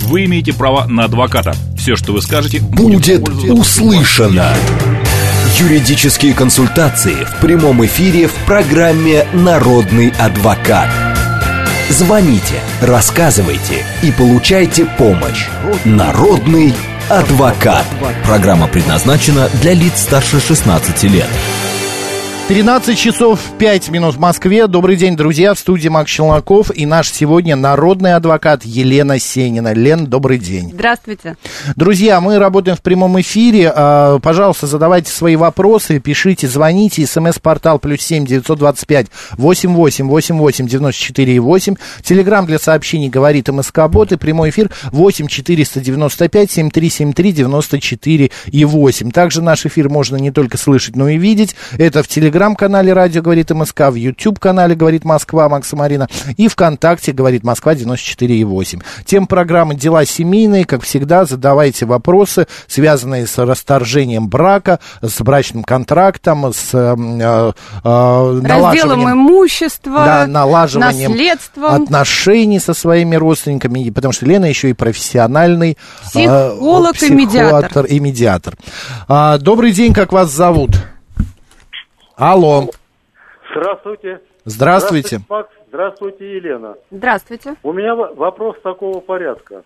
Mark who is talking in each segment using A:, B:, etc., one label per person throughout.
A: Вы имеете право на адвоката. Все, что вы скажете,
B: будет услышано. Юридические консультации в прямом эфире в программе «Народный адвокат». Звоните, рассказывайте и получайте помощь. «Народный адвокат». Программа предназначена для лиц старше 16 лет.
C: 13 часов 5 минут в Москве. Добрый день, друзья. В студии Макс Челноков и наш сегодня народный адвокат Елена Сенина. Лен, добрый день.
D: Здравствуйте.
C: Друзья, мы работаем в прямом эфире. Пожалуйста, задавайте свои вопросы, пишите, звоните. СМС-портал +7 925 88 88 94 8. Телеграм для сообщений говорит МСК-бот. И прямой эфир 8 495 7373 94 8. Также наш эфир можно не только слышать, но и видеть. Это в Телеграм-канале «Радио говорит МСК», в YouTube-канале «Говорит Москва» Макса Марина и ВКонтакте «Говорит Москва» 94,8. Тема программы «Дела семейные». Как всегда, задавайте вопросы, связанные с расторжением брака, с брачным контрактом, с
D: разделом имущества,
C: налаживанием
D: наследством,
C: отношений со своими родственниками, потому что Лена еще и профессиональный
D: психолог и медиатор.
C: Добрый день, как вас зовут? Алло.
E: Здравствуйте.
C: Здравствуйте.
E: Макс. Здравствуйте, Елена.
D: Здравствуйте.
E: У меня вопрос такого порядка.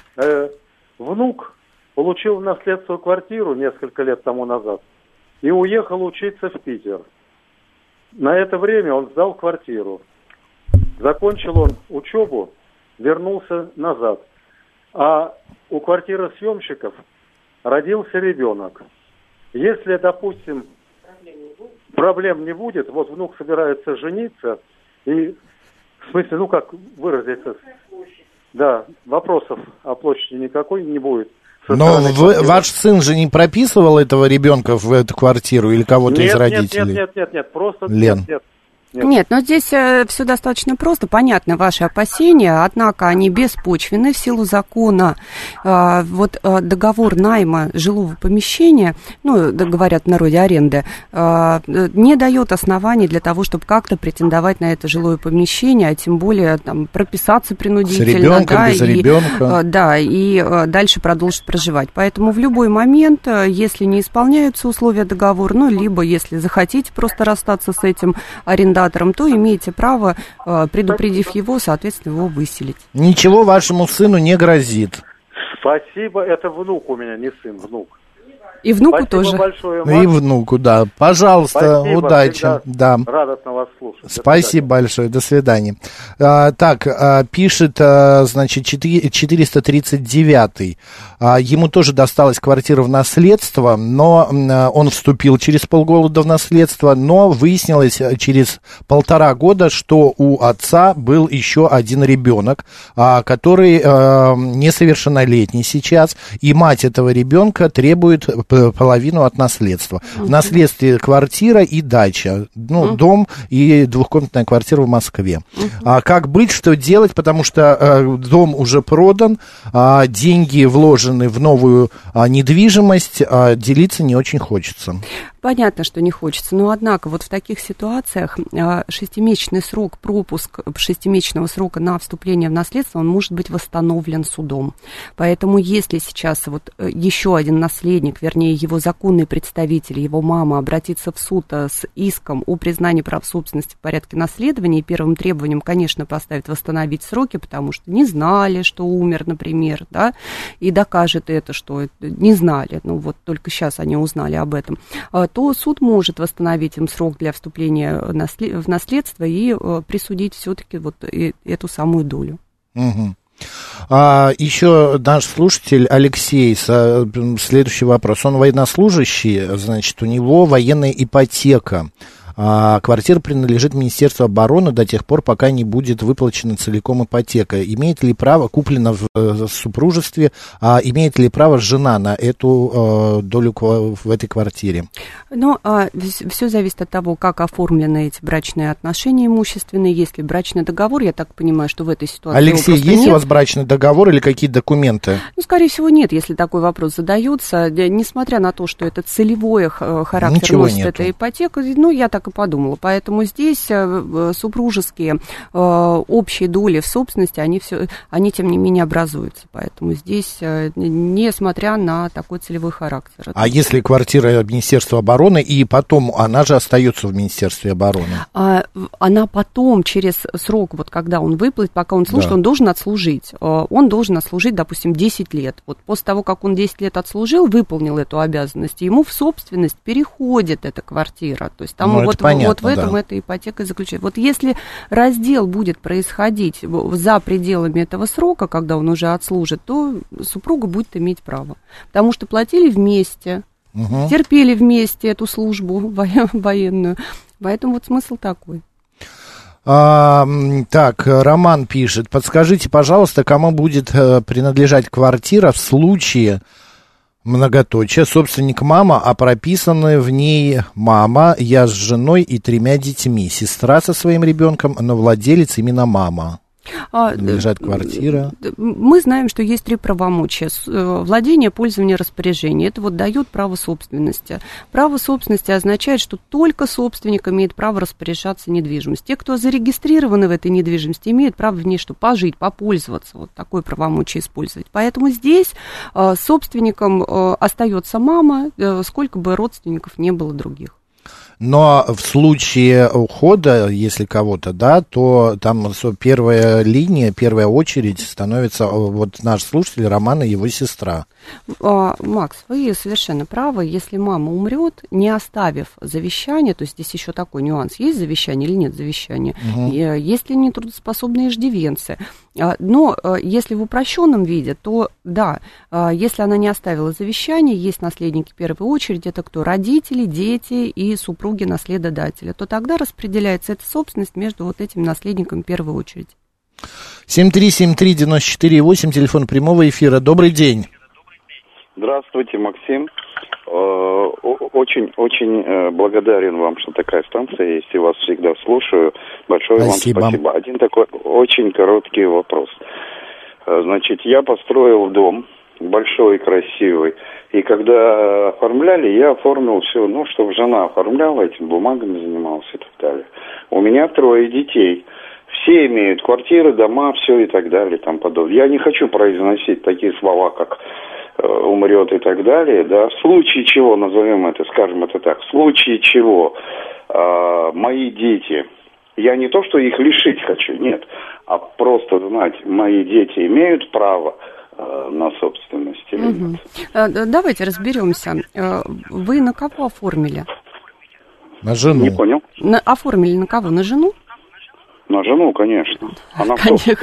E: Внук получил в наследство квартиру несколько лет тому назад и уехал учиться в Питер. На это время он сдал квартиру. Закончил он учебу, вернулся назад. А у квартиросъемщиков родился ребенок. Если, допустим, проблем не будет, вот внук собирается жениться, и, в смысле, как выразиться, да, вопросов о площади никакой не будет.
C: Но ваш сын же не прописывал этого ребенка в эту квартиру или кого-то из родителей?
E: Нет, просто
C: Лен.
D: Нет, но здесь все достаточно просто, понятны ваши опасения, однако они беспочвенны в силу закона. Договор найма жилого помещения, говорят в народе аренды, не дает оснований для того, чтобы как-то претендовать на это жилое помещение, а тем более прописаться принудительно.
C: С ребенком, без ребенка.
D: Да, и дальше продолжить проживать. Поэтому в любой момент, если не исполняются условия договора, либо если захотите просто расстаться с этим арендатором, то имеете право, предупредив его, соответственно, его выселить.
C: Ничего вашему сыну не грозит.
E: Спасибо, это внук у меня, не сын, внук.
D: И внуку
E: Спасибо
D: тоже.
E: Большое, Макс.
C: И внуку, да. Пожалуйста,
E: спасибо,
C: удачи. Да.
E: Радостно вас слушать.
C: Спасибо большое, до свидания. Пишет, 439-й. Ему тоже досталась квартира в наследство, но он вступил через полгода в наследство, но выяснилось через 1,5 года, что у отца был еще один ребенок, который несовершеннолетний сейчас, и мать этого ребенка требует половину от наследства. В наследстве квартира и дача, дом и двухкомнатная квартира в Москве. Как быть, что делать, потому что дом уже продан, деньги вложены в новую недвижимость, делиться не очень хочется.
D: Понятно, что не хочется, но однако вот в таких ситуациях 6-месячный срок, пропуск 6-месячного срока на вступление в наследство, он может быть восстановлен судом. Поэтому если сейчас еще один наследник, вернее его законный представитель, его мама, обратится в суд с иском о признании прав собственности в порядке наследования, и первым требованием, конечно, поставит восстановить сроки, потому что не знали, что умер, например, да, и докажет это, что не знали, только сейчас они узнали об этом, то суд может восстановить им срок для вступления в наследство и присудить все-таки эту самую долю.
C: Угу. Еще наш слушатель Алексей, следующий вопрос. Он военнослужащий, значит, у него военная ипотека. Квартира принадлежит Министерству обороны до тех пор, пока не будет выплачена целиком ипотека. Имеет ли право, куплено в супружестве, имеет ли право жена на эту долю в этой квартире?
D: Все зависит от того, как оформлены эти брачные отношения имущественные. Есть ли брачный договор, я так понимаю, что в этой ситуации
C: Алексей, есть у вас брачный договор или какие-то документы?
D: Скорее всего, нет, если такой вопрос задается. Несмотря на то, что это целевой характер носит эта ипотека, я так так и подумала. Поэтому здесь супружеские общие доли в собственности, они тем не менее образуются. Поэтому здесь, несмотря на такой целевой характер.
C: А если квартира Министерства обороны, и потом она же остается в Министерстве обороны?
D: Она потом, через срок, вот когда он выплатит, пока он служит, он должен отслужить. Он должен отслужить, допустим, 10 лет. Вот после того, как он 10 лет отслужил, выполнил эту обязанность, ему в собственность переходит эта квартира. То есть там вот в этом эта ипотека и заключается. Вот если раздел будет происходить за пределами этого срока, когда он уже отслужит, то супруга будет иметь право. Потому что платили вместе, терпели вместе эту службу военную. Поэтому вот смысл такой.
C: Так, Роман пишет: подскажите, пожалуйста, кому будет принадлежать квартира в случае, многоточие, собственник мама, а прописаны в ней мама, я с женой и 3 детьми, сестра со своим ребенком, но владелец именно мама. Принадлежит квартира.
D: Мы знаем, что есть 3 правомочия: владение, пользование, распоряжение. Это вот дает право собственности. Право собственности означает, что только собственник имеет право распоряжаться недвижимостью. Те, кто зарегистрированы в этой недвижимости, имеют право в ней что пожить, попользоваться. Вот такое правомочие использовать. Поэтому здесь собственником остается мама, сколько бы родственников не было других.
C: Но в случае ухода, если кого-то, да, то там первая линия, первая очередь становится вот наш слушатель Роман и его сестра.
D: Макс, вы совершенно правы. Если мама умрет, не оставив завещание, то есть здесь еще такой нюанс: есть завещание или нет завещания, есть ли нетрудоспособные иждивенцы. Но если в упрощенном виде, то да, если она не оставила завещание, есть наследники первой очереди, это кто? Родители, дети и супруги наследодателя, то тогда распределяется эта собственность между вот этими наследниками первой очереди.
C: 7373948, телефон прямого эфира. Добрый день.
F: Здравствуйте, Максим. Очень благодарен вам, что такая станция есть, и вас всегда слушаю. Большое вам спасибо. Один такой очень короткий вопрос. Значит, я построил дом большой, красивый, и когда оформляли, я оформил все, чтобы жена оформляла, этими бумагами занималась и так далее. У меня 3 детей. Все имеют квартиры, дома, все и так далее, там подобное. Я не хочу произносить такие слова, как умрет и так далее, да, в случае чего, назовем это, скажем это так, в случае чего мои дети, я не то, что их лишить хочу, нет, а просто знать, мои дети имеют право на собственность или нет.
D: Давайте разберемся. Вы на кого оформили?
C: На жену.
F: Не понял.
D: Оформили на кого? На жену?
F: На жену, конечно. Она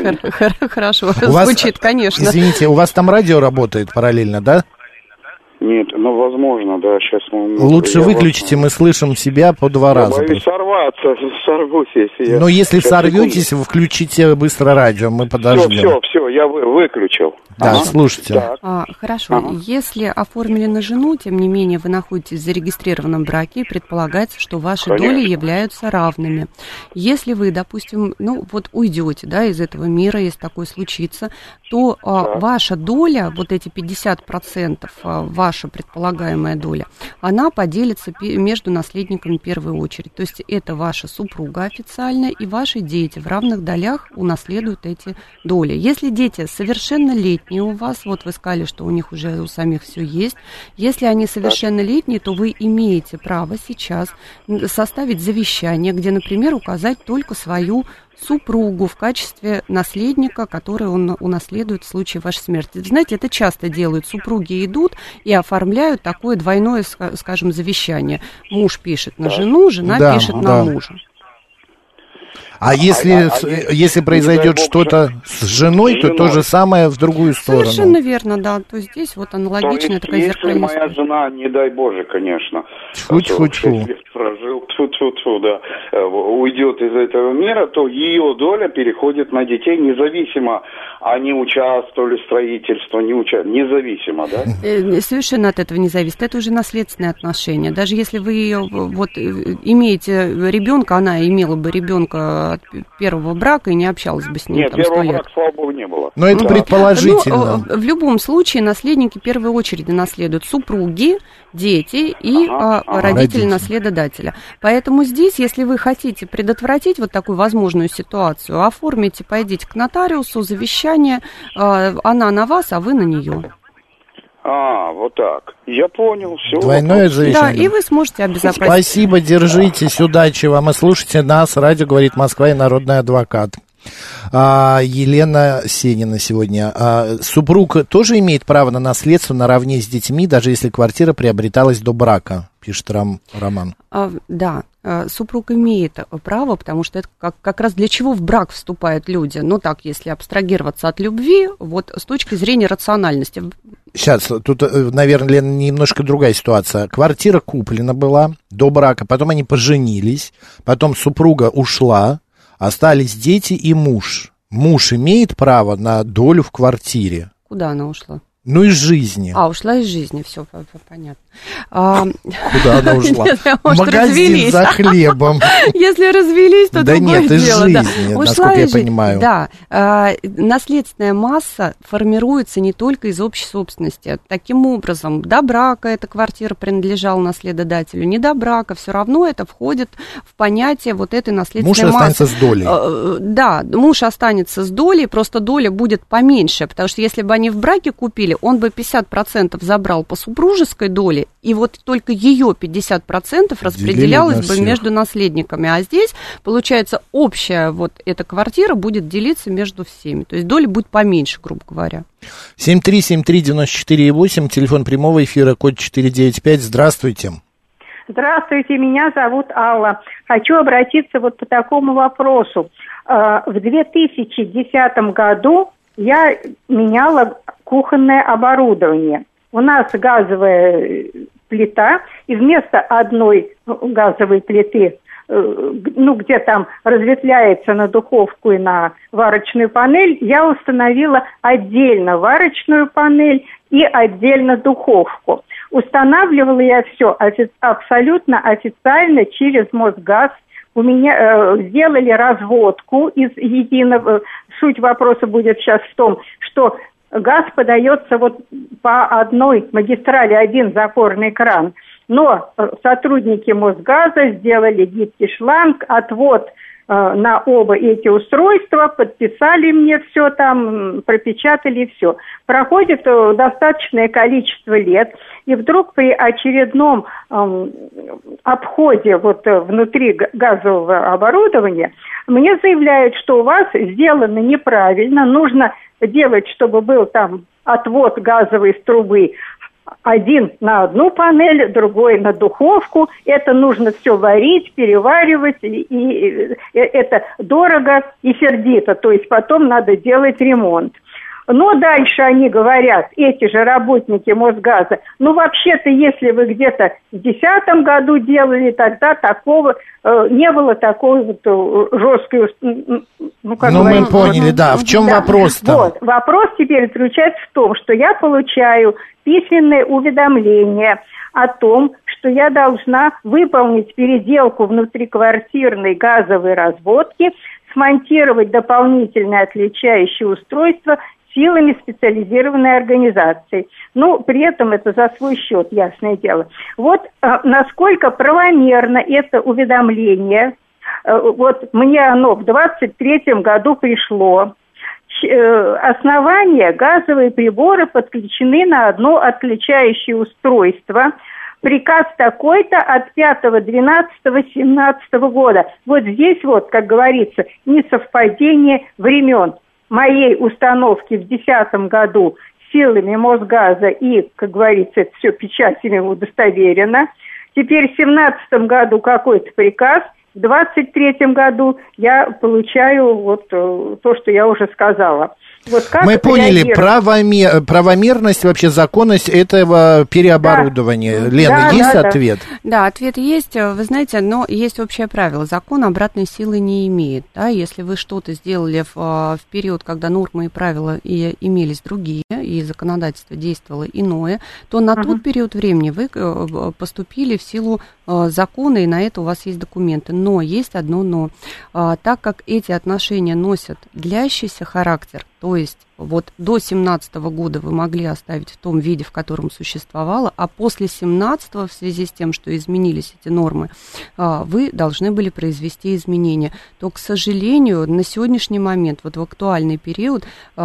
D: хорошо, звучит, конечно.
C: Извините, у вас там радио работает параллельно, да?
F: Нет, возможно, да, сейчас мы...
C: Лучше выключите, мы слышим себя по 2 раза.
F: Я боюсь сорвусь, если я...
C: Но если сорветесь, включите быстро радио, мы подождем.
F: Все, я выключил.
C: Да, слушайте.
D: Хорошо, если оформили на жену, тем не менее вы находитесь в зарегистрированном браке, предполагается, что ваши доли являются равными. Если вы, допустим, уйдете, да, из этого мира, если такое случится, то ваша доля, вот эти 50%, ваша предполагаемая доля, она поделится между наследниками в первую очередь. То есть это ваша супруга официально, и ваши дети в равных долях унаследуют эти доли. Если дети совершеннолетние у вас, вот вы сказали, что у них уже у самих все есть, если они совершеннолетние, то вы имеете право сейчас составить завещание, где, например, указать только свою супругу в качестве наследника, который он унаследует в случае вашей смерти. Знаете, это часто делают. Супруги идут и оформляют такое двойное, скажем, завещание. Муж пишет на жену, жена пишет на мужа.
C: А если произойдет что-то с женой, то то же самое в другую сторону.
D: Совершенно верно, да. То есть здесь вот аналогичная такая зеркальная.
F: Если моя жена, не дай Боже, конечно, прожил, да, уйдет из этого мира, то ее доля переходит на детей, независимо, они участвовали в строительстве, не участвовали, независимо, да?
D: Совершенно от этого не зависит. Это уже наследственные отношения. Даже если вы имеете ребенка, она имела бы ребенка от первого брака и не общалась бы с ним.
F: Нет, первого брака, слава богу, не было.
C: Но это предположительно.
D: В любом случае наследники в первой очереди наследуют супруги, дети и родители наследодателя. Поэтому здесь, если вы хотите предотвратить вот такую возможную ситуацию, оформите, пойдите к нотариусу, завещание, она на вас, а вы на нее.
F: Вот так. Я понял, все.
C: Двойное завещание.
D: Да, и вы сможете обезопасить.
C: Спасибо, держитесь, удачи вам. И слушайте нас, радио «Говорит Москва» и «Народный адвокат». Елена Сенина сегодня. Супруг тоже имеет право на наследство наравне с детьми, даже если квартира приобреталась до брака, пишет Роман.
D: Да, супруг имеет право, потому что это как раз для чего в брак вступают люди. Ну так, если абстрагироваться от любви, вот с точки зрения рациональности.
C: Сейчас, тут, наверное, Лена, немножко другая ситуация. Квартира куплена была до брака, потом они поженились, потом супруга ушла, остались дети и муж. Муж имеет право на долю в квартире.
D: Куда она ушла?
C: Ну, из жизни.
D: Ушла из жизни, все понятно.
C: Куда она ушла?
D: В
C: магазин за хлебом.
D: Если развелись, то другое дело.
C: Да нет, из жизни, насколько я понимаю.
D: Да, наследственная масса формируется не только из общей собственности. Таким образом, до брака эта квартира принадлежала наследодателю, не до брака, все равно это входит в понятие вот этой наследственной массы.
C: Муж останется с долей.
D: Да, муж останется с долей, просто доля будет поменьше, потому что если бы они в браке купили, он бы 50% забрал по супружеской доле, и вот только ее 50% распределялось бы между наследниками. А здесь, получается, общая вот эта квартира будет делиться между всеми. То есть доля будет поменьше, грубо говоря.
C: 7373948, телефон прямого эфира, код 495. Здравствуйте.
G: Здравствуйте, меня зовут Алла. Хочу обратиться вот по такому вопросу. В 2010 году я меняла кухонное оборудование. У нас газовая плита, и вместо одной газовой плиты, где там разветвляется на духовку и на варочную панель, я установила отдельно варочную панель и отдельно духовку. Устанавливала я все абсолютно официально через Мосгаз. У меня сделали разводку из единого. Суть вопроса будет сейчас в том, что газ подается вот по одной магистрали, один запорный кран. Но сотрудники Мосгаза сделали гибкий шланг, отвод на оба эти устройства, подписали мне все там, пропечатали все. Проходит достаточное количество лет, и вдруг при очередном обходе вот внутри газового оборудования мне заявляют, что у вас сделано неправильно, нужно делать, чтобы был там отвод газовой из трубы. Один на одну панель, другой на духовку. Это нужно все варить, переваривать, и это дорого и сердито. То есть потом надо делать ремонт. Но дальше они говорят, эти же работники Мосгаза, вообще-то, если вы где-то в 2010 году делали, тогда такого не было такой вот жесткой...
C: мы поняли, да. В чем вопрос-то?
G: Вот, вопрос теперь заключается в том, что я получаю письменное уведомление о том, что я должна выполнить переделку внутриквартирной газовой разводки, смонтировать дополнительное отличающее устройство силами специализированной организации. При этом это за свой счет, ясное дело. Вот насколько правомерно это уведомление, вот мне оно в 23-м году пришло. Основания газовые приборы подключены на одно отключающее устройство. Приказ такой-то от 5.12.17 года. Вот здесь вот, как говорится, несовпадение времен. Моей установки в 2010 году силами Мосгаза и, как говорится, это все печатями удостоверено. Теперь в 2017 году какой-то приказ, в 2023 году я получаю вот то, что я уже сказала. Вот как
C: мы поняли, правомерность, вообще законность этого переоборудования. Да. Лена, есть ответ?
D: Да, ответ есть. Вы знаете, но есть общее правило. Закон обратной силы не имеет. Да? Если вы что-то сделали в период, когда нормы и правила имелись другие, и законодательство действовало иное, то на тот период времени вы поступили в силу закона, и на это у вас есть документы. Но есть одно но. Так как эти отношения носят длящийся характер, то есть вот до 2017 года вы могли оставить в том виде, в котором существовало, а после 2017 в связи с тем, что изменились эти нормы, вы должны были произвести изменения. То, к сожалению, на сегодняшний момент, вот в актуальный период,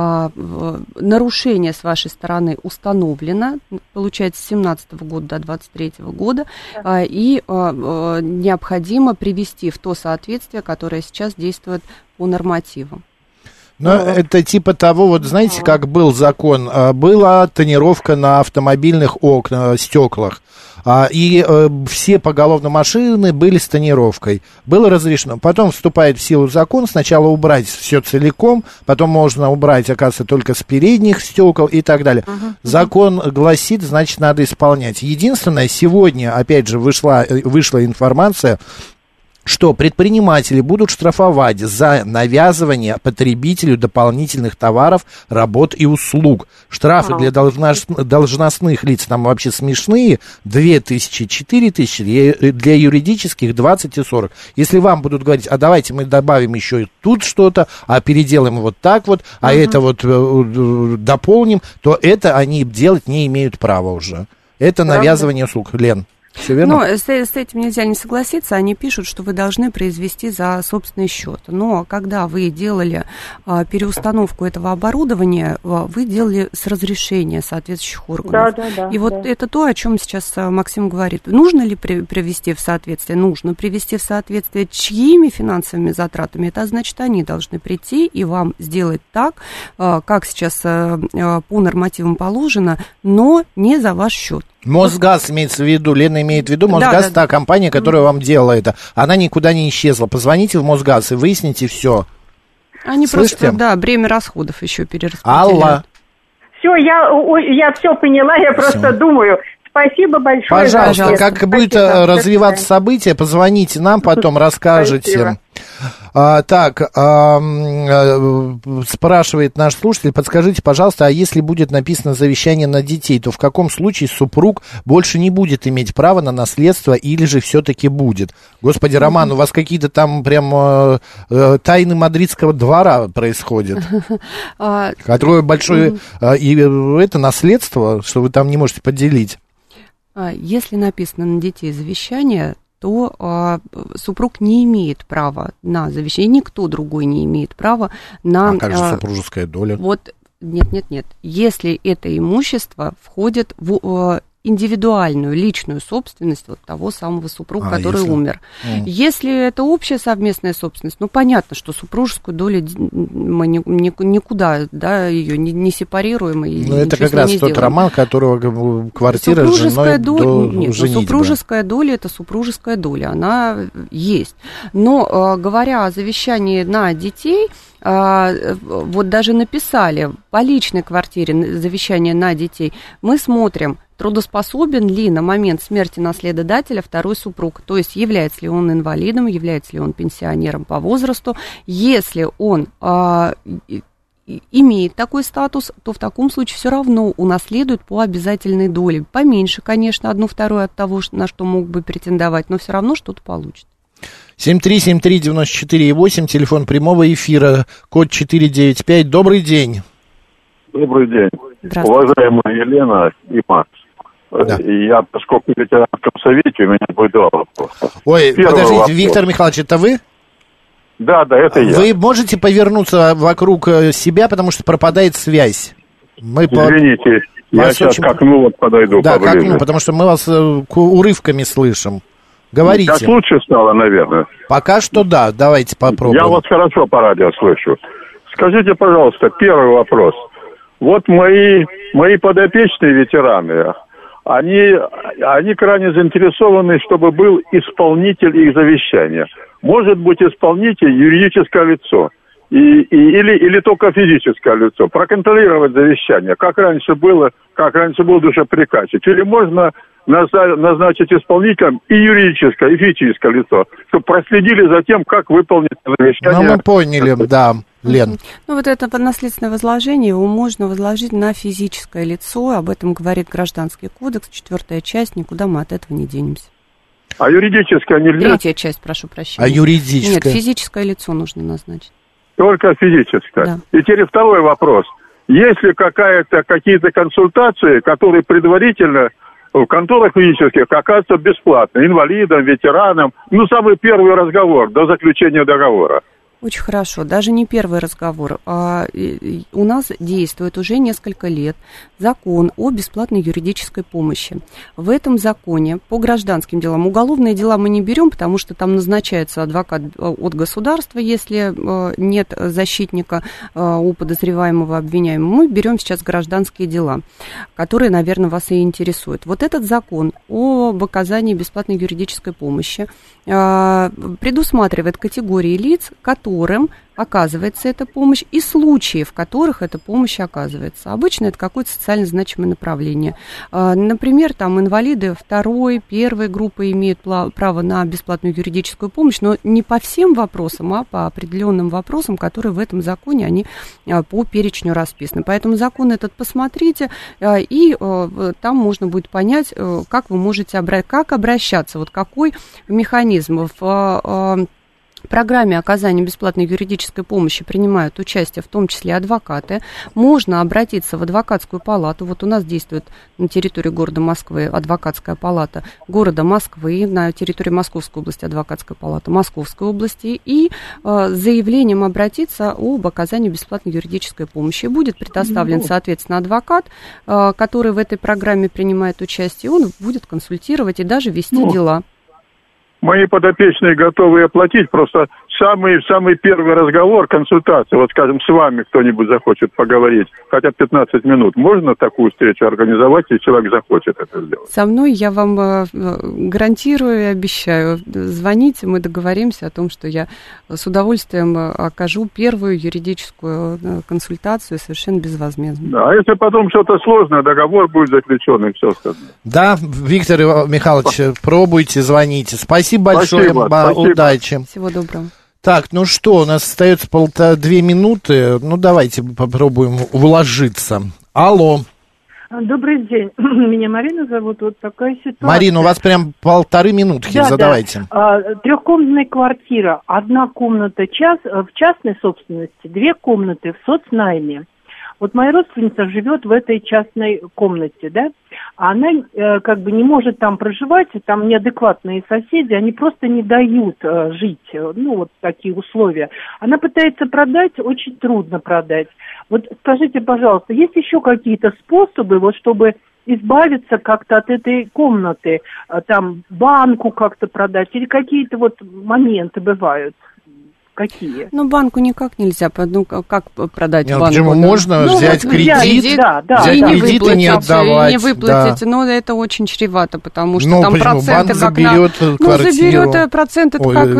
D: нарушение с вашей стороны установлено, получается, с 2017 года до 2023 года, и необходимо привести в то соответствие, которое сейчас действует по нормативам.
C: Но это типа того, вот знаете, как был закон, была тонировка на автомобильных стеклах, и все поголовно машины были с тонировкой. Было разрешено. Потом вступает в силу закон, сначала убрать все целиком, потом можно убрать, оказывается, только с передних стекол и так далее. Закон гласит, значит, надо исполнять. Единственное, сегодня, опять же, вышла информация, что предприниматели будут штрафовать за навязывание потребителю дополнительных товаров, работ и услуг. Штрафы для должностных лиц там вообще смешные, 2000, 4000, для юридических 20 и 40. Если вам будут говорить, а давайте мы добавим еще и тут что-то, а переделаем вот так вот, а это вот дополним, то это они делать не имеют права уже. Это навязывание услуг, Лен. Все верно?
D: Но с этим нельзя не согласиться. Они пишут, что вы должны произвести за собственный счет. Но когда вы делали переустановку этого оборудования, вы делали с разрешения соответствующих органов. И вот это то, о чем сейчас Максим говорит. Нужно ли привести в соответствие? Нужно привести в соответствие чьими финансовыми затратами. Это значит, они должны прийти и вам сделать так, как сейчас по нормативам положено, но не за ваш счет.
C: Мосгаз имеется в виду, Лена имеет в виду, Мосгаз, та компания, которая вам делала это, она никуда не исчезла. Позвоните в Мосгаз и выясните все.
D: Они слышите? Просто, бремя расходов еще перераспределяют.
C: Алла.
G: Все, я все поняла, я просто думаю. Спасибо большое.
C: Пожалуйста, как будет развиваться событие, позвоните нам, потом расскажете. Спрашивает наш слушатель, подскажите, пожалуйста, а если будет написано завещание на детей, то в каком случае супруг больше не будет иметь права на наследство или же все-таки будет? Господи, Роман, у вас какие-то там прям тайны мадридского двора происходят, которое большое, и это наследство, что вы там не можете поделить.
D: Если написано на детей завещание, то супруг не имеет права на завещание, никто другой не имеет права на...
C: А как же супружеская доля?
D: Вот, нет. Если это имущество входит в индивидуальную, личную собственность вот того самого супруга, который умер. Если это общая совместная собственность, ну, понятно, что супружескую долю мы никуда, да, ее не сепарируем.
C: Ну, это как раз тот роман, которого квартира с женой до женитьбы.
D: Супружеская доля – это супружеская доля, она есть. Но, говоря о завещании на детей, вот даже написали по личной квартире завещание на детей, мы смотрим, трудоспособен ли на момент смерти наследодателя второй супруг, то есть является ли он инвалидом, является ли он пенсионером по возрасту. Если он имеет такой статус, то в таком случае все равно унаследует по обязательной доле. Поменьше, конечно, 1/2 от того, на что мог бы претендовать, но все равно что-то получит.
C: 7373948, телефон прямого эфира, код 495. Добрый день.
H: Добрый день. Уважаемая Елена и Макс. Да. Я, поскольку в ветеранском совете, у меня будет два вопроса.
C: Ой, подождите, Виктор Михайлович, это вы?
H: Да, это я.
C: Вы можете повернуться вокруг себя, потому что пропадает связь.
H: Извините, я сейчас к окну подойду поближе.
C: Да, к окну, потому что мы вас урывками слышим. Говорите.
H: Как лучше стало, наверное?
C: Пока что да, давайте попробуем.
H: Я вас хорошо по радио слышу. Скажите, пожалуйста, первый вопрос. Вот мои подопечные ветераны, они крайне заинтересованы, чтобы был исполнитель их завещания. Может быть, исполнитель юридическое лицо или только физическое лицо. Проконтролировать завещание, как раньше был душеприказчик. Или можно назначить исполнителем и юридическое, и физическое лицо, чтобы проследили за тем, как выполнить завещание.
C: Ну, мы поняли, да, Лен.
D: Ну, вот это наследственное возложение, его можно возложить на физическое лицо, об этом говорит Гражданский кодекс, 4-я часть, никуда мы от этого не денемся.
H: А юридическое нельзя?
D: 3-я часть, прошу прощения.
C: А юридическое?
D: Нет, физическое лицо нужно назначить.
H: Только физическое. Да. И теперь второй вопрос. Есть ли какие-то консультации, которые предварительно в конторах физических оказываются бесплатно, инвалидам, ветеранам, самый первый разговор до заключения договора?
D: Очень хорошо. Даже не первый разговор. У нас действует уже несколько лет закон о бесплатной юридической помощи. В этом законе по гражданским делам, уголовные дела мы не берем, потому что там назначается адвокат от государства, если нет защитника у подозреваемого, обвиняемого. Мы берем сейчас гражданские дела, которые, наверное, вас и интересуют. Вот этот закон об оказании бесплатной юридической помощи предусматривает категории лиц, которым оказывается эта помощь, и случаи, в которых эта помощь оказывается. Обычно это какое-то социально значимое направление. Например, там инвалиды 2-й, 1-й группы имеют право на бесплатную юридическую помощь, но не по всем вопросам, а по определенным вопросам, которые в этом законе, они по перечню расписаны. Поэтому закон этот посмотрите, и там можно будет понять, как вы можете обращаться, вот какой механизм в программе оказания бесплатной юридической помощи принимают участие в том числе адвокаты. Можно обратиться в адвокатскую палату. Вот у нас действует на территории города Москвы адвокатская палата города Москвы, на территории Московской области адвокатская палата Московской области. И с заявлением обратиться об оказании бесплатной юридической помощи. Будет предоставлен, соответственно, адвокат, который в этой программе принимает участие. Он будет консультировать и даже вести дела.
H: Мои подопечные готовы оплатить, просто самый первый разговор, консультация, вот, скажем, с вами кто-нибудь захочет поговорить, хотя 15 минут, можно такую встречу организовать, если человек захочет это сделать?
D: Со мной я вам гарантирую и обещаю. Звоните, мы договоримся о том, что я с удовольствием окажу первую юридическую консультацию совершенно безвозмездно.
H: Да, а если потом что-то сложное, договор будет заключен и все остальное.
C: Да, Виктор Михайлович, пробуйте, звоните. Спасибо большое,
H: спасибо.
C: Удачи.
D: Всего доброго.
C: Так, ну что, у нас остается 2 минуты. Ну, давайте попробуем уложиться. Алло.
I: Добрый день. Меня Марина зовут. Вот такая ситуация.
C: Марина, у вас прям 1,5 минутки. Задавайте.
I: Да. 3-комнатная квартира. 1 комната в частной собственности, 2 комнаты в соцнайме. Вот моя родственница живет в этой частной комнате, да? Она как бы не может там проживать, там неадекватные соседи, они просто не дают жить, вот такие условия. Она пытается продать, очень трудно продать. Вот скажите, пожалуйста, есть еще какие-то способы, вот чтобы избавиться как-то от этой комнаты, там банку как-то продать, или какие-то вот моменты бывают? Какие?
D: Ну, банку никак нельзя, как продать банку?
C: Почему? Можно взять кредит, взять кредит и не отдавать.
D: Не выплатить, но это очень чревато, потому что там
C: почему?
D: проценты
C: банк заберет квартиру.
D: Заберет, проценты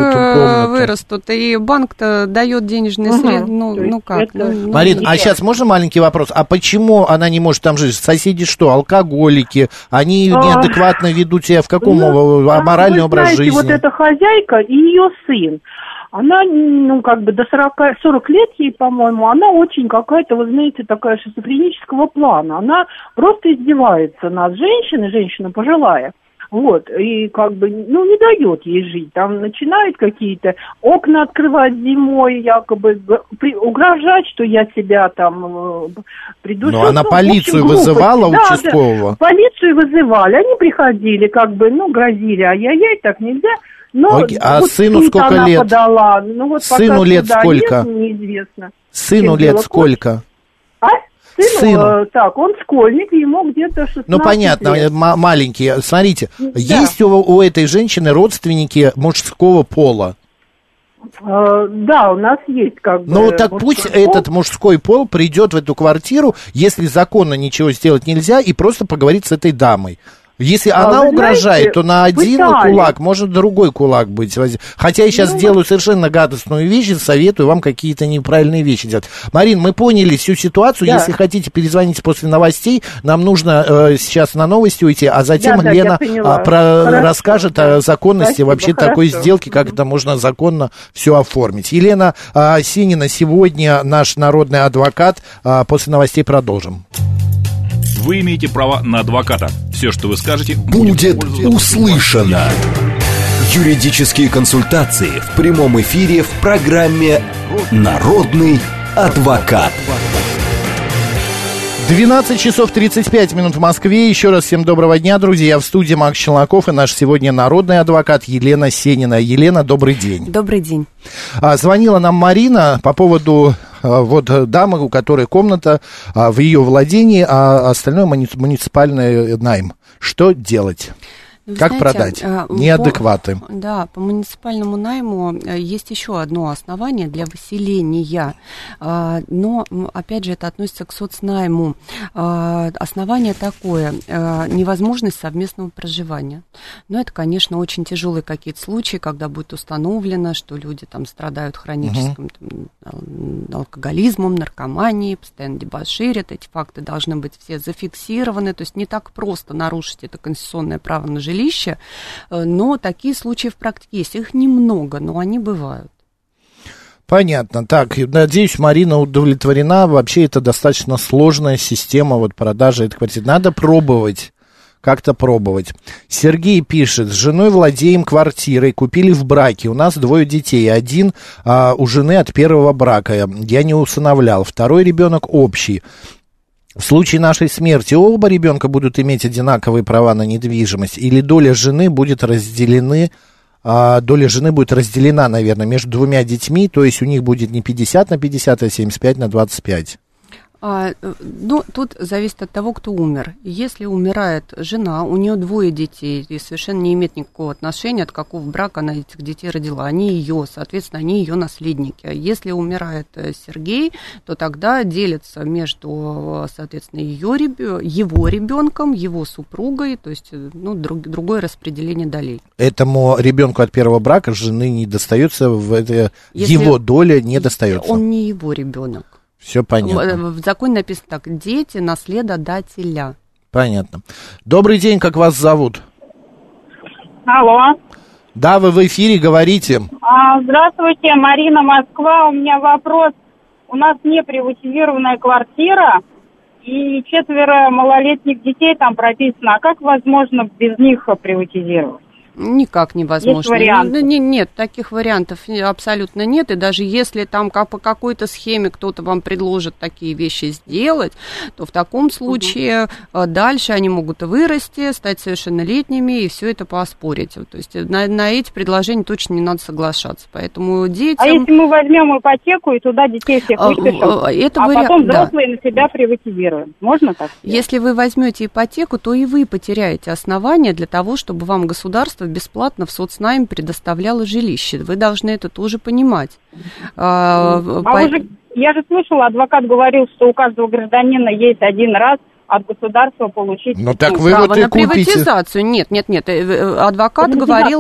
D: как вырастут, и банк-то дает денежные средства, как?
C: Марин, а сейчас можно маленький вопрос? А почему она не может там жить? Соседи что, алкоголики? Они неадекватно ведут себя в каком аморальный образ жизни?
I: Вот эта хозяйка и ее сын. Она, до 40 лет ей, по-моему, она очень какая-то, вы знаете, такая шизофренического плана. Она просто издевается над женщиной, женщина пожилая. Вот, и не дает ей жить. Там начинают какие-то окна открывать зимой, якобы угрожать, что я себя там придушу.
C: Но она полицию вызывала, участкового?
I: Да, полицию вызывали. Они приходили, грозили, ай-яй-яй, так нельзя. Но
C: а сыну сколько лет?
I: Подала.
C: Сыну лет сколько?
I: Нет, неизвестно.
C: Сыну лет сколько?
I: Сыну? Так, он школьник, ему где-то 16
C: Ну, понятно,
I: лет.
C: Маленький. Смотрите, есть у этой женщины родственники мужского пола?
I: Да, у нас есть
C: Ну, так пусть этот мужской пол придет в эту квартиру, если законно ничего сделать нельзя, и просто поговорит с этой дамой. Если она угрожает, то на один кулак может другой кулак быть. Хотя я сейчас делаю совершенно гадостную вещь, советую вам какие-то неправильные вещи делать. Марин, мы поняли всю ситуацию. Да. Если хотите, перезвоните после новостей. Нам нужно сейчас на новости уйти, а затем Лена расскажет о законности вообще такой сделки, как это можно законно все оформить. Елена Сенина сегодня наш народный адвокат. После новостей продолжим.
A: Вы имеете право на адвоката. Все, что вы скажете,
B: будет услышано. Юридические консультации в прямом эфире в программе «Народный адвокат».
C: 12 часов 35 минут в Москве. Еще раз всем доброго дня, друзья. В студии Макс Челноков и наш сегодня народный адвокат Елена Сенина. Елена, добрый день.
D: Добрый день.
C: Звонила нам Марина по поводу дамы, у которой комната в ее владении, а остальное муниципальный найм. Что делать?
D: Вы
C: как
D: знаете,
C: продать? Неадекваты.
D: По муниципальному найму есть еще одно основание для выселения, но, опять же, это относится к соцнайму. Основание такое, невозможность совместного проживания. Но это, конечно, очень тяжелые какие-то случаи, когда будет установлено, что люди там страдают хроническим алкоголизмом, наркоманией, постоянно дебоширят. Эти факты должны быть все зафиксированы, то есть не так просто нарушить это конституционное право на жилище, но такие случаи в практике есть. Их немного, но они бывают.
C: Понятно. Так, надеюсь, Марина удовлетворена. Вообще, это достаточно сложная система продажи этой квартиры. Надо пробовать. Как-то пробовать. Сергей пишет: с женой владеем квартирой, купили в браке. У нас 2 детей. Один у жены от первого брака. Я не усыновлял. Второй ребенок общий. В случае нашей смерти оба ребенка будут иметь одинаковые права на недвижимость, или доля жены будет разделена, наверное, между 2 детьми, то есть у них будет не 50 на 50, а 75 на 25.
D: Тут зависит от того, кто умер. Если умирает жена, у нее 2 детей, и совершенно не имеет никакого отношения, от какого брака она этих детей родила. Они ее, соответственно, они ее наследники. Если умирает Сергей, то тогда делится между, соответственно, его ребенком, его супругой, то есть другое распределение долей.
C: Этому ребенку от первого брака жены не достается, его доля не достается.
D: Он не его ребенок.
C: Все понятно.
D: В законе написано так: дети наследодателя.
C: Понятно. Добрый день, как вас зовут?
J: Алло.
C: Да, вы в эфире, говорите.
J: Здравствуйте, Марина, Москва. У меня вопрос. У нас не приватизированная квартира, и 4 малолетних детей там прописано. А как возможно без них приватизировать?
D: Никак невозможно.
J: Есть варианты?
D: Нет, таких вариантов абсолютно нет. И даже если там по какой-то схеме кто-то вам предложит такие вещи сделать, то в таком случае дальше они могут вырасти, стать совершеннолетними и все это поспорить. То есть на эти предложения точно не надо соглашаться. Поэтому детям...
J: А если мы возьмем ипотеку и туда детей всех выпишем, потом взрослые на себя приватизируем? Можно так сделать?
D: Если вы возьмете ипотеку, то и вы потеряете основания для того, чтобы вам государство бесплатно в соцнайм предоставляло жилище. Вы должны это тоже понимать.
J: Я же слышала, адвокат говорил, что у каждого гражданина есть один раз от государства получить
D: право на приватизацию. Нет. Адвокат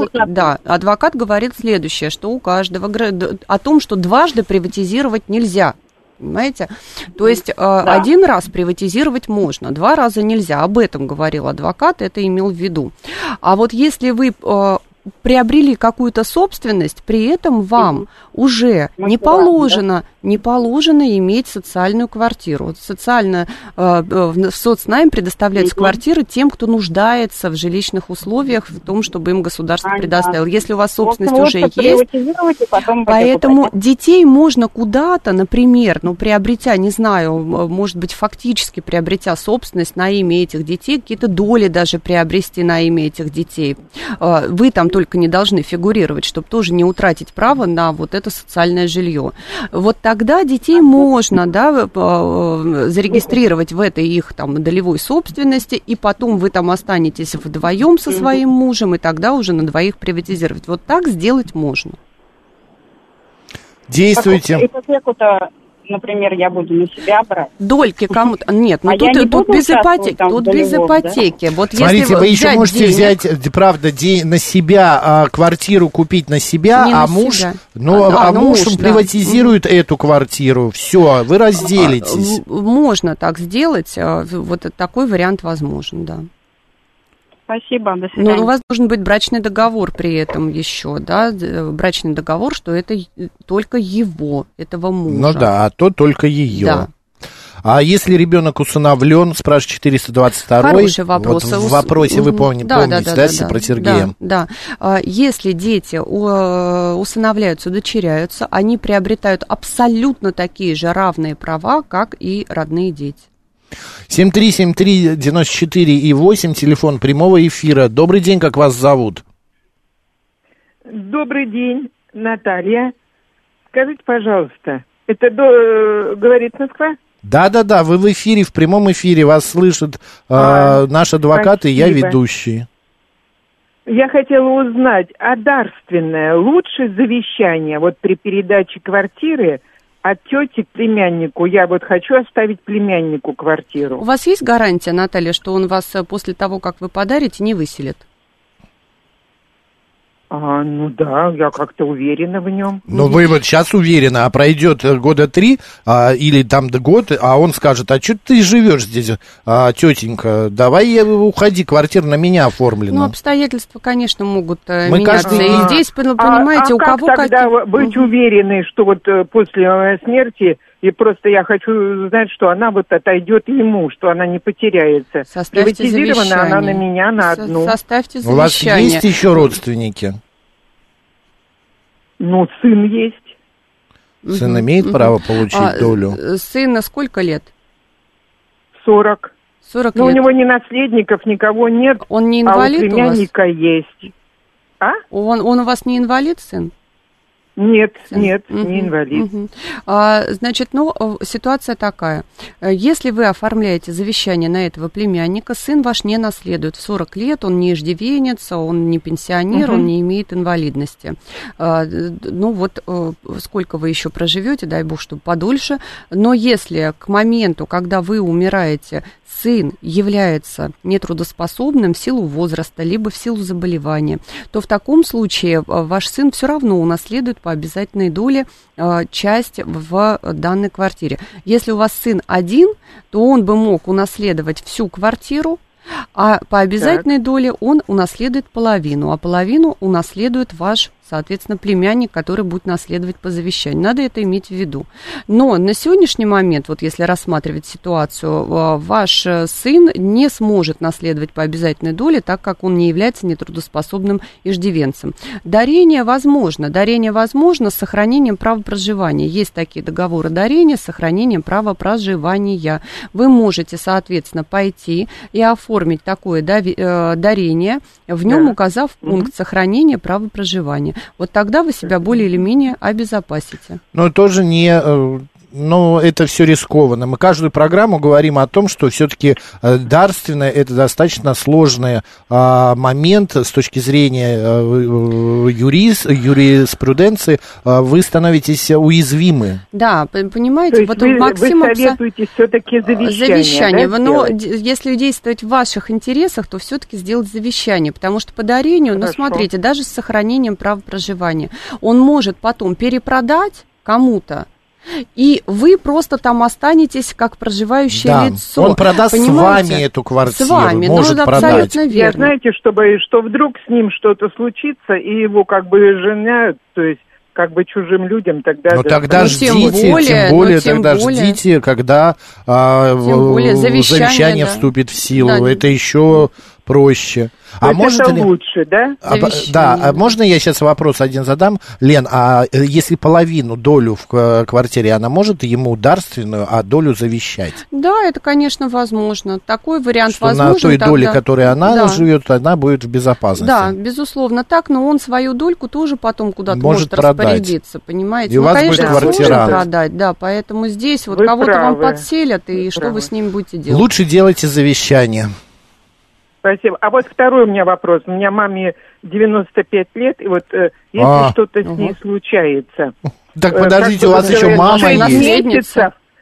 D: говорил следующее, что у каждого о том, что дважды приватизировать нельзя. Понимаете? То есть один раз приватизировать можно, 2 раза нельзя. Об этом говорил адвокат, это имел в виду. А вот если вы приобрели какую-то собственность, при этом вам уже не положено иметь социальную квартиру. В соцнайм предоставляется квартиры тем, кто нуждается в жилищных условиях, в том, чтобы им государство предоставило. Если у вас собственность уже есть, поэтому детей можно куда-то, например, приобретя, не знаю, может быть, фактически приобретя собственность на имя этих детей, какие-то доли даже приобрести на имя этих детей. Вы там только не должны фигурировать, чтобы тоже не утратить право на вот это социальное жилье. Вот тогда детей можно, зарегистрировать в этой их там долевой собственности, и потом вы там останетесь вдвоем со своим мужем, и тогда уже на 2 приватизировать. Вот так сделать можно.
C: Действуйте.
J: например, я буду на себя брать.
D: Дольки кому-то. Нет, ну тут без ипотеки. Тут без ипотеки.
C: Вот смотрите, вы еще можете взять, правда, на себя квартиру купить на себя, а муж, муж приватизирует эту квартиру. Все, вы разделитесь.
D: Можно так сделать. Вот такой вариант возможен, да.
J: Спасибо, до свидания.
D: Но у вас должен быть брачный договор при этом еще, да, брачный договор, что это только его, этого мужа.
C: Ну да, а то только ее. Да. А если ребенок усыновлен, спрашивает 422-й.
D: Хороший вопрос.
C: Вот в вопросе вы помните, про Сергея?
D: Да. Если дети усыновляются, удочеряются, они приобретают абсолютно такие же равные права, как и родные дети.
C: 7373948, телефон прямого эфира. Добрый день, как вас зовут?
K: Добрый день, Наталья. Скажите, пожалуйста, это говорит Москва?
C: Да, вы в эфире, в прямом эфире, вас слышит наш адвокат, спасибо. И я ведущий.
K: Я хотела узнать, а дарственное лучше завещание вот при передаче квартиры от тети к племяннику? Я вот хочу оставить племяннику квартиру.
D: У вас есть гарантия, Наталья, что он вас после того, как вы подарите, не выселит?
K: Ну да, я как-то уверена в нем.
C: Ну вы вот сейчас уверены, а пройдет года 3 или там год, а он скажет, а что ты живешь здесь, тетенька, давай уходи, квартира на меня оформлена.
D: Ну обстоятельства, конечно, могут меняться. И здесь, понимаете, у кого
K: как тогда быть уверенной, что вот после моей смерти, и просто я хочу знать, что она вот отойдет ему, что она не потеряется.
D: Составьте завещание.
K: Она на меня, на одну.
D: Составьте завещание.
C: У вас есть еще родственники?
K: Ну, сын есть.
C: Сын имеет право получить долю?
D: Сына сколько лет?
K: 40.
D: 40
K: Но
D: лет.
K: У него ни наследников, никого нет.
D: Он не инвалид
K: у племянника есть.
D: Он у вас не инвалид, сын?
K: Нет, не инвалид.
D: Значит, ситуация такая. Если вы оформляете завещание на этого племянника, сын ваш не наследует. В 40 лет он не иждивенец, он не пенсионер, он не имеет инвалидности. Сколько вы еще проживете, дай бог, чтобы подольше. Но если к моменту, когда вы умираете, сын является нетрудоспособным в силу возраста, либо в силу заболевания, то в таком случае ваш сын все равно унаследует по обязательной доле часть в данной квартире. Если у вас сын один, то он бы мог унаследовать всю квартиру, а по обязательной доле он унаследует половину, а половину унаследует ваш, соответственно, племянник, который будет наследовать по завещанию. Надо это иметь в виду. Но на сегодняшний момент, вот если рассматривать ситуацию, ваш сын не сможет наследовать по обязательной доле, так как он не является нетрудоспособным иждивенцем. Дарение возможно с сохранением права проживания. Есть такие договоры дарения с сохранением права проживания. Вы можете, соответственно, пойти и оформить такое дарение, в нем указав пункт сохранения права проживания. Вот тогда вы себя более или менее обезопасите.
C: Но тоже это все рискованно. Мы каждую программу говорим о том, что все-таки дарственное – это достаточно сложный момент с точки зрения юриспруденции. Вы становитесь уязвимы.
D: Да, понимаете,
K: то есть вы советуете все-таки завещание, да,
D: но если действовать в ваших интересах, то все-таки сделать завещание, потому что по дарению, смотрите, даже с сохранением права проживания, он может потом перепродать кому-то, и вы просто там останетесь как проживающее лицо.
C: Он продаст с вами эту квартиру,
D: с вами,
C: может продать.
K: Я, знаете, что вдруг с ним что-то случится, и его как бы женяют, то есть как бы чужим людям тогда...
C: Тогда ждите, ждите, когда завещание вступит в силу. Да, это еще проще.
K: Это лучше, да?
C: Можно я сейчас вопрос один задам? Лен, а если половину долю в квартире, она может ему дарственную, а долю завещать?
D: Да, это, конечно, возможно. Такой вариант
C: что
D: возможен.
C: На той доле, которой она живет, она будет в безопасности.
D: Да, безусловно так, но он свою дольку тоже потом куда-то может распорядиться, понимаете?
C: И у вас
D: конечно,
C: будет квартира.
D: Продать, да, поэтому здесь вот кого-то вам подселят, и что вы с ним будете делать?
C: Лучше делайте завещание.
K: Спасибо. А вот второй у меня вопрос. У меня маме 95 лет, и вот если что-то с ней случается,
C: Так подождите, у вас еще мама есть.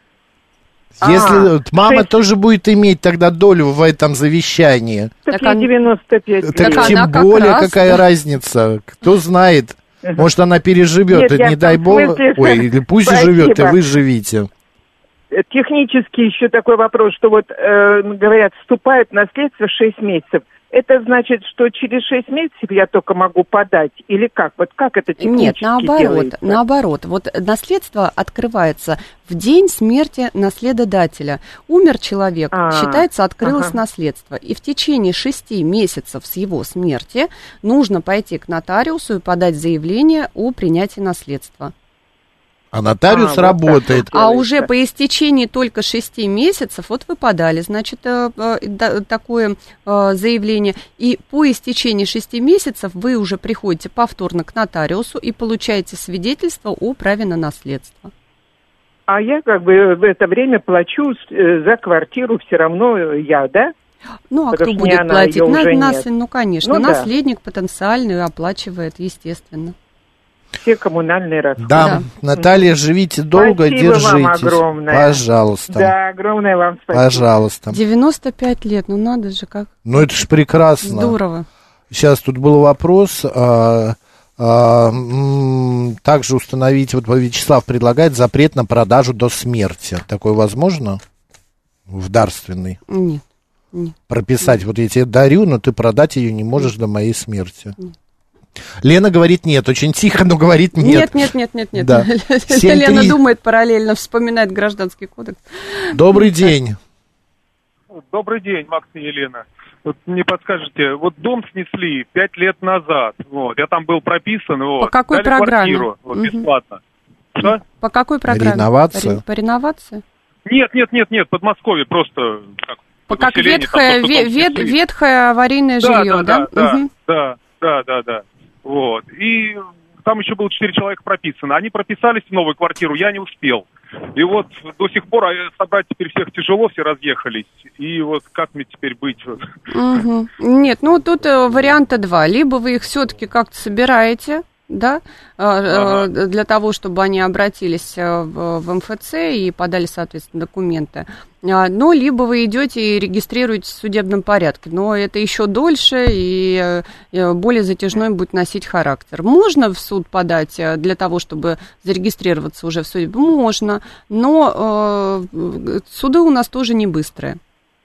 C: Если мама тоже будет иметь тогда долю в этом завещании.
K: Так ей 95 лет.
C: Так тем более, какая разница? Кто знает? Может, она переживет, не дай бог. Ой, или пусть живет, и вы живите.
K: Технически еще такой вопрос, что вот, говорят, вступает в наследство 6 месяцев. Это значит, что через 6 месяцев я только могу подать? Или как? Вот как это технически делается?
D: Нет, наоборот. Вот наследство открывается в день смерти наследодателя. Умер человек, считается, открылось наследство. И в течение 6 месяцев с его смерти нужно пойти к нотариусу и подать заявление о принятии наследства.
C: А нотариус работает.
D: А уже по истечении только 6 месяцев, вот вы подали, значит, такое заявление, и по истечении 6 месяцев вы уже приходите повторно к нотариусу и получаете свидетельство о праве на наследство.
K: А я как бы в это время плачу за квартиру все равно я, да?
D: Ну, а кто будет платить? Ну, конечно, наследник потенциальный оплачивает, естественно.
K: Все коммунальные расходы.
C: Да, Наталья, живите долго,
K: спасибо
C: держитесь.
K: Вам огромное.
C: Пожалуйста.
K: Да, огромное вам спасибо.
C: Пожалуйста.
D: 95 лет, ну надо же, как.
C: Ну это ж прекрасно.
D: Здорово.
C: Сейчас тут был вопрос. Также установить, вот Вячеслав предлагает запрет на продажу до смерти. Такое возможно? В дарственной?
D: Нет.
C: Прописать, вот я тебе дарю, но ты продать ее не можешь до моей смерти. Нет. Лена говорит нет, очень тихо, но говорит нет.
D: Нет.
C: Да.
D: Лена думает параллельно, вспоминает Гражданский кодекс.
C: Добрый день.
L: Добрый день, Макс и Елена. Вот мне подскажете, вот дом снесли 5 лет назад, вот, я там был прописан, вот.
D: По какой программе?
L: Квартиру, вот, бесплатно. Что?
D: По какой программе?
C: Реновация.
D: По реновации?
L: Нет, Подмосковье, просто...
D: Как ветхое аварийное жилье, да?
L: Да. Вот. И там еще было 4 человека прописано. Они прописались в новую квартиру, я не успел. И вот до сих пор собрать теперь всех тяжело, все разъехались. И вот как мне теперь быть?
D: Угу. Нет, ну тут варианта 2. Либо вы их все-таки как-то собираете, да, для того, чтобы они обратились в МФЦ и подали, соответственно, документы. Ну, либо вы идете и регистрируете в судебном порядке, но это еще дольше и более затяжной будет носить характер. Можно в суд подать для того, чтобы зарегистрироваться уже в суде? Можно, но суды у нас тоже не быстрые.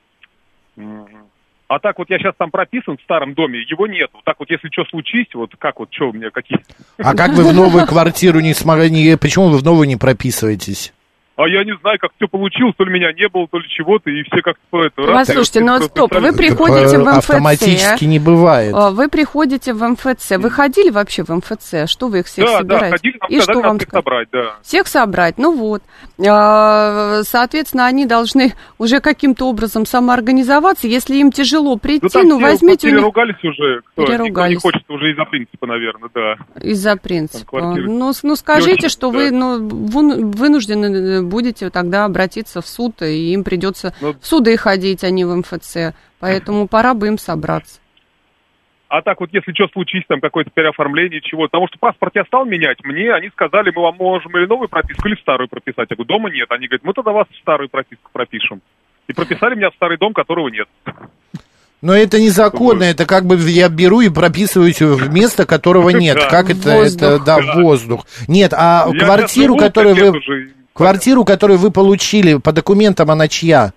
L: А так вот я сейчас там прописан в старом доме, его нет. Вот так вот, если что случись, вот как вот, что у меня, какие...
C: А как вы в новую квартиру не смогли, почему вы в новую не прописываетесь?
L: А я не знаю, как все получилось, то ли меня не было, то ли чего-то, и все как-то это...
D: Послушайте, ну стоп, вы приходите в МФЦ.
C: Автоматически не бывает.
D: Вы приходите в МФЦ. Вы ходили вообще в МФЦ? Что вы их всех собираете?
L: Да, ходили, нам
D: и
L: сказали,
D: что вам
L: всех собрать, да.
D: Всех собрать, ну вот. Соответственно, они должны уже каким-то образом самоорганизоваться. Если им тяжело прийти, возьмите у них...
L: Переругались уже, никто не хочет уже из-за принципа, наверное, да.
D: Из-за принципа. Ну, скажите, что вы вынуждены будете тогда обратиться в суд, и им придется в суды ходить, а не в МФЦ. Поэтому пора бы им собраться.
L: А так вот, если что случись, там какое-то переоформление, чего, потому что паспорт я стал менять, мне они сказали, мы вам можем или новую прописку, или старую прописать. Я говорю, дома нет. Они говорят, мы тогда вас в старую прописку пропишем. И прописали меня в старый дом, которого нет.
C: Но это незаконно, это как бы я беру и прописываю в место, которого нет. Как это? Это, да, воздух. Нет, а квартиру, которую вы... Квартиру, которую вы получили, по документам она чья?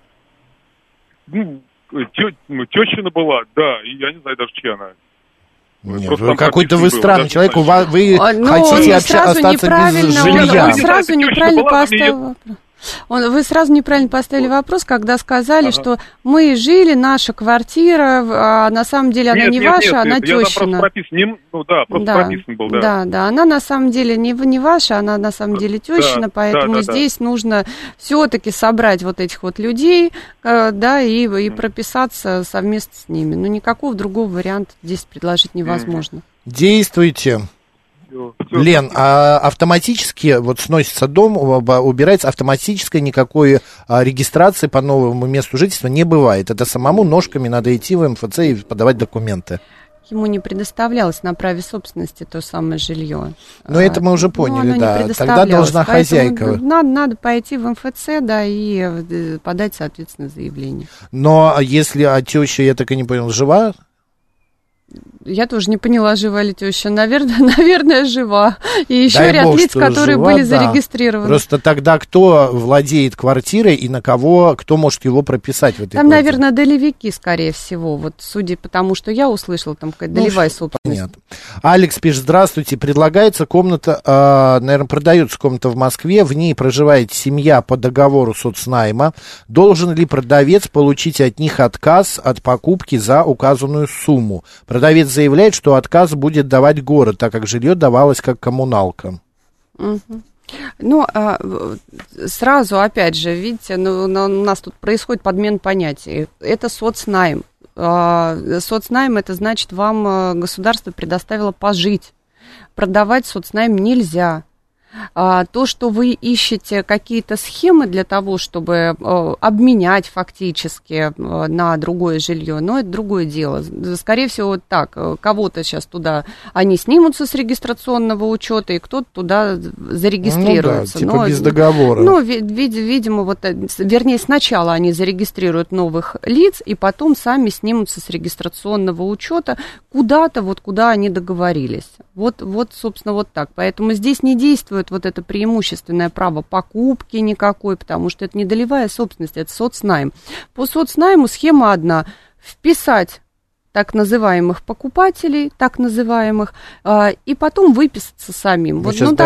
L: Тещина была, да, и я не знаю даже, чья она.
C: Нет, какой-то вы странный человек, вы хотите остаться без жилья.
D: Он сразу неправильно поставил вопрос. Вы сразу неправильно поставили вопрос, когда сказали, что мы жили, наша квартира, а на самом деле она не ваша, она тещина.
L: Просто прописан был, да.
D: Да, она на самом деле не ваша, она на самом деле тещина, поэтому здесь нужно все-таки собрать вот этих вот людей, да, и прописаться совместно с ними. Но никакого другого варианта здесь предложить невозможно.
C: Действуйте. Лен, а автоматически вот сносится дом, убирается автоматической никакой регистрации по новому месту жительства не бывает. Это самому ножками надо идти в МФЦ и подавать документы.
D: ему не предоставлялось на праве собственности то самое жилье.
C: Но это мы уже поняли, да. Тогда должна хозяйка.
D: Надо пойти в МФЦ, да, и подать, соответственно, заявление.
C: Но если теща, я так и не понял, жива?
D: Я тоже не поняла, жива ли теща. Наверное, жива. И еще ряд лиц, которые были зарегистрированы.
C: Просто тогда кто владеет квартирой и на кого, кто может его прописать в этой
D: там,
C: квартире?
D: Наверное, долевики, скорее всего. Вот судя по тому, что я услышала, там какая-то долевая собственность.
C: Понятно. Алекс пишет: здравствуйте, предлагается комната, наверное, продается комната в Москве, в ней проживает семья по договору соцнайма. Должен ли продавец получить от них отказ от покупки за указанную сумму? Продавец заявляет, что отказ будет давать город, так как жилье давалось как коммуналка.
D: Ну, сразу, опять же, видите, у нас тут происходит подмен понятий. Это соцнайм. Соцнайм, это значит, вам государство предоставило пожить. Продавать соцнайм нельзя. То, что вы ищете какие-то схемы для того, чтобы обменять фактически на другое жилье, но это другое дело. Скорее всего, так, кого-то сейчас туда, они снимутся с регистрационного учета, и кто-то туда зарегистрируется.
C: Ну да, типа без договора.
D: Ну, видимо, вернее, сначала они зарегистрируют новых лиц, и потом сами снимутся с регистрационного учета куда-то, куда они договорились. Вот, собственно, вот так. Поэтому здесь не действует вот это преимущественное право покупки никакой, потому что это не долевая собственность, это соцнайм. По соцнайму схема одна: вписать так называемых покупателей, и потом выписаться самим.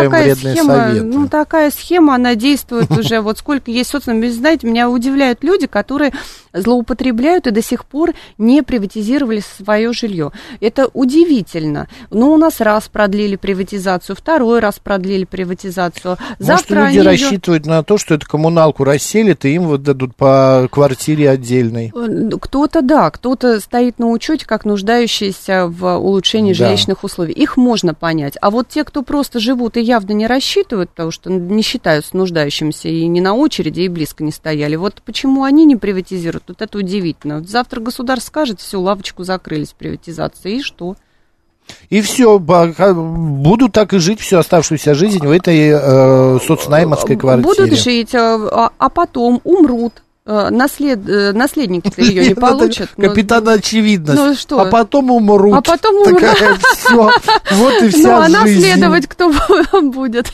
D: Такая схема, она действует уже, сколько есть соцнайм. Вы знаете, меня удивляют люди, которые злоупотребляют и до сих пор не приватизировали свое жилье. Это удивительно. Но у нас раз продлили приватизацию, второй раз продлили приватизацию.
C: Завтра может, люди рассчитывают на то, что эту коммуналку расселят, и им дадут по квартире отдельной?
D: Кто-то стоит на учете как нуждающиеся в улучшении жилищных условий. Их можно понять. А вот те, кто просто живут и явно не рассчитывают, потому что не считаются нуждающимися и не на очереди, и близко не стояли, почему они не приватизируют? Это удивительно. Завтра государство скажет: все, лавочку закрыли с приватизацией, и что?
C: И все, буду так и жить всю оставшуюся жизнь в этой соцнаймовской квартире.
D: Будут жить, а потом умрут. Наследники ее не получат.
C: Капитан Очевидность.
D: Ну что?
C: А потом умрут. Все. Вот и вся жизнь.
D: А наследовать кто будет?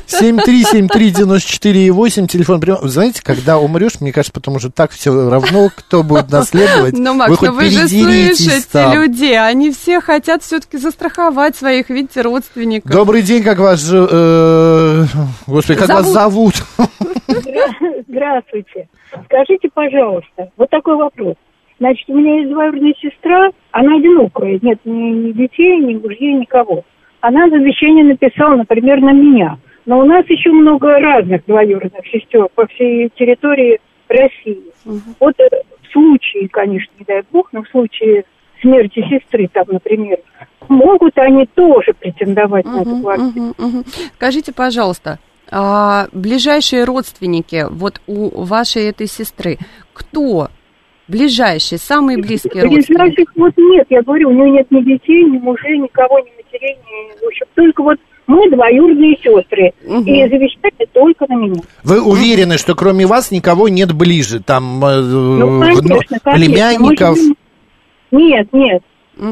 C: 7373948, телефон. Знаете, когда умрешь, мне кажется, потому что так все равно, кто будет наследовать.
D: Ну, Макс, вы же слышите людей. Они все хотят все-таки застраховать своих, видите, родственников.
C: Добрый день, как вас... Господи, как вас зовут?
M: Здравствуйте. Скажите, пожалуйста, вот такой вопрос. Значит, у меня есть двоюродная сестра, она одинокая, нет ни детей, ни мужей, никого. Она завещание написала, например, на меня. Но у нас еще много разных двоюродных сестер по всей территории России. Вот в случае, конечно, не дай бог, но в случае смерти сестры, там, например, могут они тоже претендовать на эту квартиру?
D: Скажите, пожалуйста, ближайшие родственники у вашей этой сестры, кто ближайшие, самые близкие родственники?
M: Ближайших нет, я говорю, у нее нет ни детей, ни мужей, никого, ни матерей, в общем, только мы двоюродные сестры, и завещание только на меня.
C: Вы уверены, что кроме вас никого нет ближе, там,
M: конечно,
C: племянников?
M: Нет. И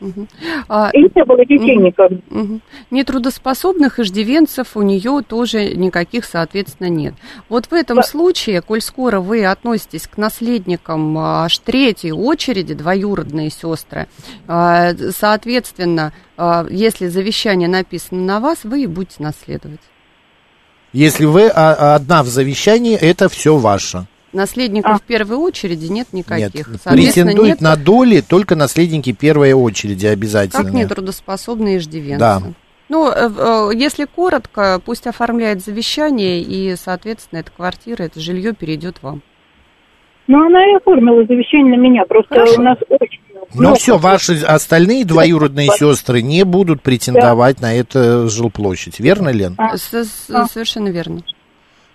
M: не было детей никогда.
D: Нетрудоспособных иждивенцев у нее тоже никаких, соответственно, нет. Вот в этом случае, коль скоро вы относитесь к наследникам аж третьей очереди, двоюродные сестры, соответственно, если завещание написано на вас, вы и будете наследовать.
C: Если вы одна в завещании, это все ваше.
D: Наследников в первой очереди нет никаких.
C: Нет, претендуют на доли только наследники первой очереди обязательно.
D: Как нетрудоспособные иждивенцы.
C: Да.
D: Ну, если коротко, пусть оформляет завещание, и, соответственно, эта квартира, это жилье перейдет вам.
M: Ну, она и оформила завещание на меня, просто у нас очень...
C: Ну, все, ваши остальные двоюродные сестры не будут претендовать на эту жилплощадь. Верно, Лен?
D: Совершенно верно.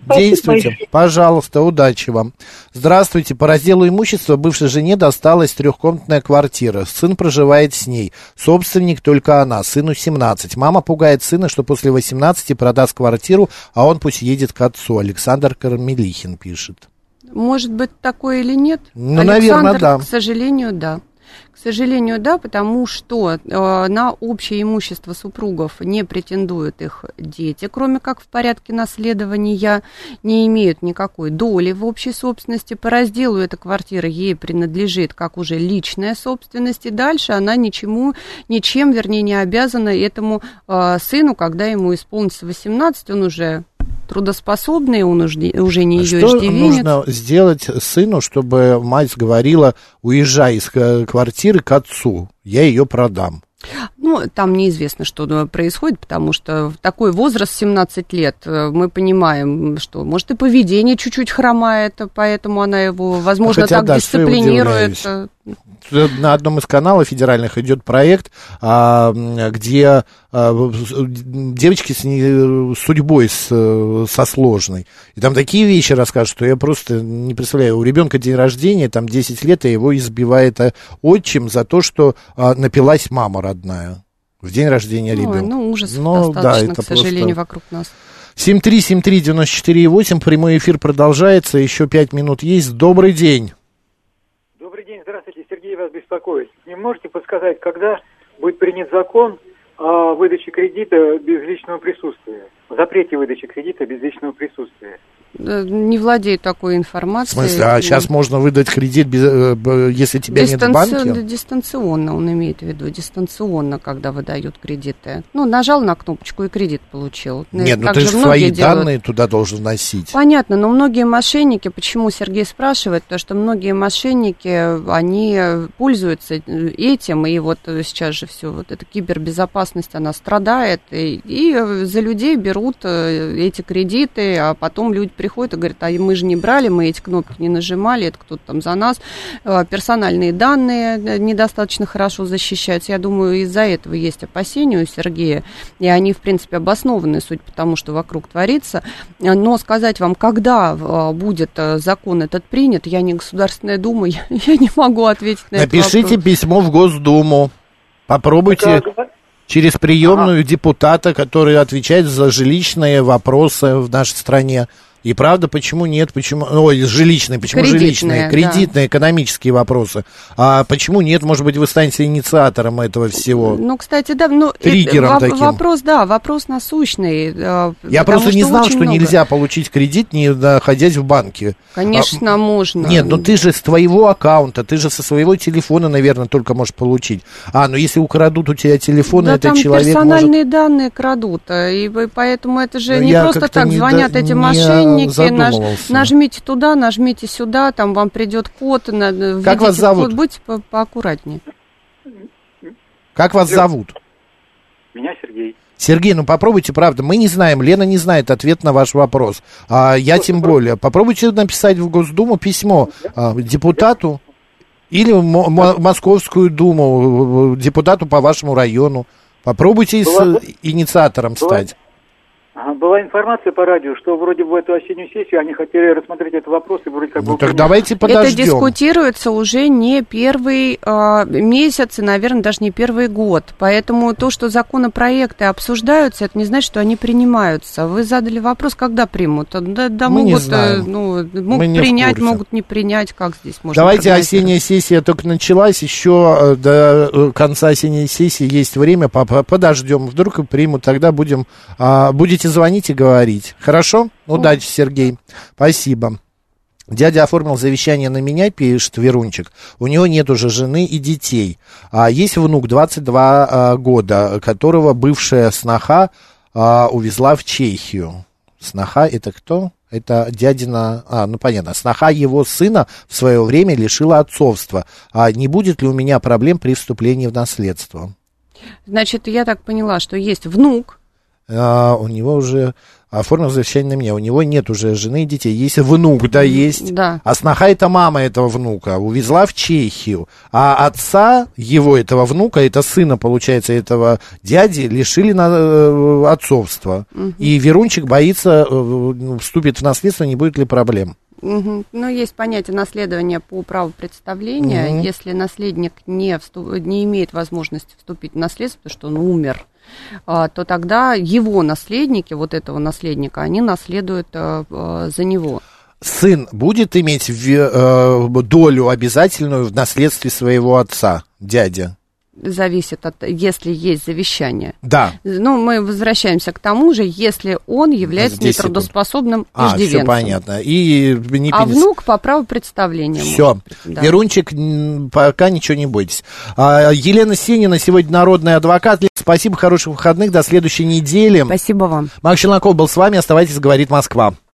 C: Действуйте.
M: Большое.
C: Пожалуйста, удачи вам. Здравствуйте. По разделу имущества бывшей жене досталась трехкомнатная квартира. Сын проживает с ней. Собственник только она. Сыну 17. Мама пугает сына, что после 18 продаст квартиру, а он пусть едет к отцу. Александр Кармелихин пишет.
D: Может быть, такое или нет?
C: Ну,
D: Александр,
C: наверное, да.
D: К сожалению, да. К сожалению, да, потому что на общее имущество супругов не претендуют их дети, кроме как в порядке наследования, не имеют никакой доли в общей собственности. По разделу эта квартира ей принадлежит как уже личная собственность, и дальше она ничем не обязана этому сыну, когда ему исполнится 18, он уже трудоспособный, он уже не ее иждивенец.
C: Что нужно сделать сыну, чтобы мать говорила: уезжай из квартиры к отцу, я ее продам?
D: Ну, там неизвестно, что происходит, потому что в такой возраст, 17 лет, мы понимаем, что, может, и поведение чуть-чуть хромает, поэтому она его, возможно,
C: хотя,
D: так
C: да,
D: дисциплинирует.
C: На одном из каналов федеральных идет проект, где девочки с судьбой со сложной. И там такие вещи расскажут, что я просто не представляю. У ребенка день рождения, там 10 лет, и его избивает отчим за то, что напилась мама родная в день рождения ребенка.
D: Ну, ужас достаточно,
C: да,
D: к сожалению, вокруг нас.
C: 7373948, прямой эфир продолжается, еще 5 минут есть. Добрый день.
N: Добрый день, здравствуйте, Сергей вас беспокоит. Не можете подсказать, когда будет принят закон о выдаче кредита без личного присутствия? О запрете выдачи кредита без личного присутствия?
D: Не владею такой информацией.
C: В смысле, сейчас можно выдать кредит, если тебя нет в банке?
D: Дистанционно, он имеет в виду, дистанционно, когда выдают кредиты. Ну, нажал на кнопочку и кредит получил.
C: Нет, ну ты же свои данные туда должен вносить.
D: Понятно, но многие мошенники, почему Сергей спрашивает, потому что многие мошенники, они пользуются этим, и вот сейчас же все, вот эта кибербезопасность, она страдает, и за людей берут эти кредиты, а потом люди приходят и говорят: а мы же не брали, мы эти кнопки не нажимали, это кто-то там за нас. Персональные данные недостаточно хорошо защищаются. Я думаю, из-за этого есть опасения у Сергея, и они, в принципе, обоснованы, судя по тому, что вокруг творится. Но сказать вам, когда будет закон этот принят, я не Государственная Дума, я не могу ответить на этот вопрос.
C: Напишите письмо в Госдуму, попробуйте через приемную депутата, который отвечает за жилищные вопросы в нашей стране. И правда, почему нет? Почему? Ой, жилищные, почему жилищные? Кредитные, экономические вопросы. А почему нет? Может быть, вы станете инициатором этого всего?
D: Ну, кстати, да.
C: Триггером таким.
D: Вопрос насущный.
C: Я просто не знал, что нельзя получить кредит, не находясь в банке.
D: Конечно, можно.
C: Нет, но ты же с твоего аккаунта, ты же со своего телефона, наверное, только можешь получить. Но если украдут у тебя телефон,
D: да,
C: этот
D: там
C: человек
D: персональные данные крадут, и поэтому это же не просто так звонят эти мошенники. Нажмите туда, нажмите сюда, там вам придет код.
C: Как вас зовут?
D: Код, будьте поаккуратнее.
C: Как вас зовут?
N: Меня Сергей.
C: Сергей, ну попробуйте, правда, мы не знаем, Лена не знает ответ на ваш вопрос. Я тем более. Попробуйте написать в Госдуму письмо депутату или в Московскую Думу, депутату по вашему району. Попробуйте инициатором стать.
N: Была информация по радио, что вроде бы в эту осеннюю сессию они хотели рассмотреть этот вопрос и вроде как бы...
C: так давайте подождем.
D: Это дискутируется уже не первый месяц и, наверное, даже не первый год. Поэтому то, что законопроекты обсуждаются, это не значит, что они принимаются. Вы задали вопрос, когда примут? Да
C: мы
D: могут,
C: могут
D: принять, могут не принять. Как здесь можно
C: Давайте, осенняя сессия только началась, еще до конца осенней сессии есть время, подождем. Вдруг и примут, тогда будете звонить и говорить. Хорошо? Удачи, Сергей. Спасибо. Дядя оформил завещание на меня, пишет Верунчик. У него нет уже жены и детей. Есть внук 22 года, которого бывшая сноха увезла в Чехию. Сноха это кто? Это дядина, понятно, сноха его сына в свое время лишила отцовства. Не будет ли у меня проблем при вступлении в наследство?
D: Значит, я так поняла, что есть внук.
C: У него уже оформил завещание на меня. У него нет уже жены и детей. Есть внук, да, есть.
D: Да.
C: А сноха — это мама этого внука. Увезла в Чехию. А отца его, этого внука, это сына, получается, этого дяди, лишили отцовства. И Верунчик боится, вступит в наследство, не будет ли проблем.
D: Ну, есть понятие наследования по праву представления. Если наследник не имеет возможности вступить в наследство, потому что он умер, то тогда его наследники, вот этого наследника, они наследуют за него.
C: Сын будет иметь долю обязательную в наследстве своего отца, дядя?
D: Зависит от, если есть завещание.
C: Да.
D: Ну, мы возвращаемся к тому же, если он является нетрудоспособным иждивенцем.
C: Все понятно. И не
D: внук по праву представления.
C: Все. Да. Верунчик, пока ничего не бойтесь. Елена Сенина сегодня народный адвокат. Спасибо, хороших выходных, до следующей недели.
D: Спасибо вам.
C: Макс Челноков был с вами. Оставайтесь, говорит Москва.